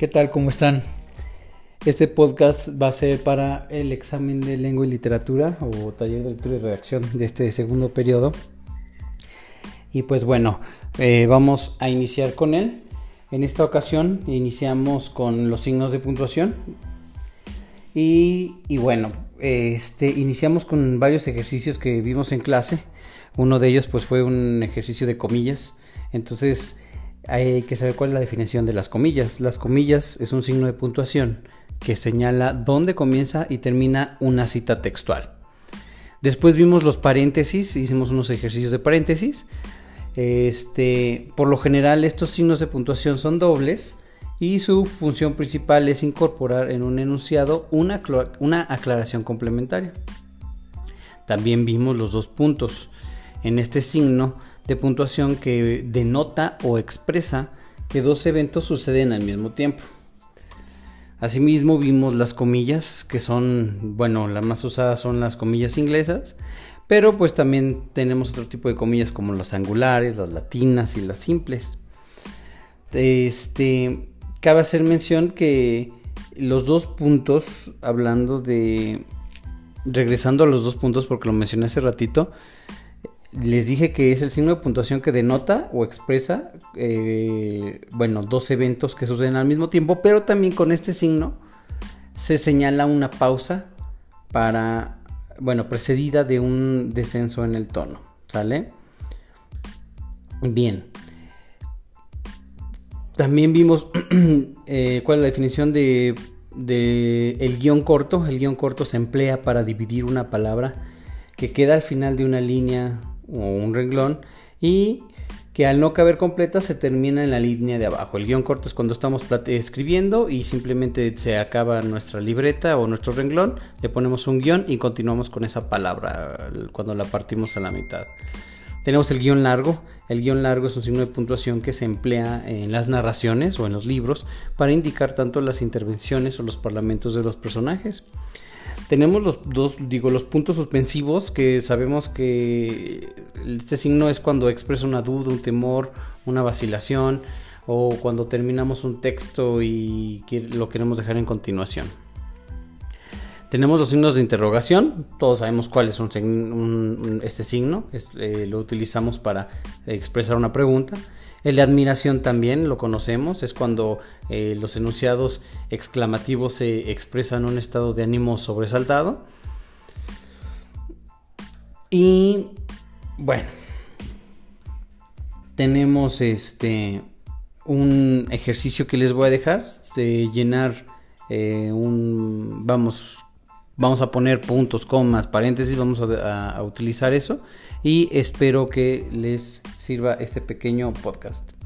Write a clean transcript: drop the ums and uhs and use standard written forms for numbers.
¿Qué tal? ¿Cómo están? Este podcast va a ser para el examen de lengua y literatura o taller de lectura y redacción de este segundo periodo. Y pues bueno, vamos a iniciar con él. En esta ocasión iniciamos con los signos de puntuación. Y bueno, iniciamos con varios ejercicios que vimos en clase. Uno de ellos pues fue un ejercicio de comillas. Entonces hay que saber cuál es la definición de las comillas. Las comillas es un signo de puntuación que señala dónde comienza y termina una cita textual. Después vimos los paréntesis, hicimos unos ejercicios de paréntesis. Por lo general estos signos de puntuación son dobles y su función principal es incorporar en un enunciado una aclaración complementaria. También vimos los dos puntos en este signo de puntuación que denota o expresa que dos eventos suceden al mismo tiempo. Asimismo vimos las comillas, que son, las más usadas son las comillas inglesas, pero pues también tenemos otro tipo de comillas como las angulares, las latinas y las simples. Cabe hacer mención que los dos puntos, regresando a los dos puntos porque lo mencioné hace ratito, les dije que es el signo de puntuación que denota o expresa dos eventos que suceden al mismo tiempo, pero también con este signo se señala una pausa precedida de un descenso en el tono, ¿sale? Bien. También vimos cuál es la definición de el guión corto. El guión corto se emplea para dividir una palabra que queda al final de una línea o un renglón y que al no caber completa se termina en la línea de abajo. El guión corto es cuando estamos escribiendo y simplemente se acaba nuestra libreta o nuestro renglón, le ponemos un guión y continuamos con esa palabra cuando la partimos a la mitad. Tenemos el guión largo. El guión largo es un signo de puntuación que se emplea en las narraciones o en los libros para indicar tanto las intervenciones o los parlamentos de los personajes. Tenemos los puntos suspensivos, que sabemos que este signo es cuando expresa una duda, un temor, una vacilación, o cuando terminamos un texto y lo queremos dejar en continuación. Tenemos los signos de interrogación. Todos sabemos cuál es este signo. Lo utilizamos para expresar una pregunta. El de admiración también lo conocemos. Es cuando los enunciados exclamativos se expresan un estado de ánimo sobresaltado. Y bueno, tenemos un ejercicio que les voy a dejar de llenar Vamos a poner puntos, comas, paréntesis, vamos a utilizar eso y espero que les sirva este pequeño podcast.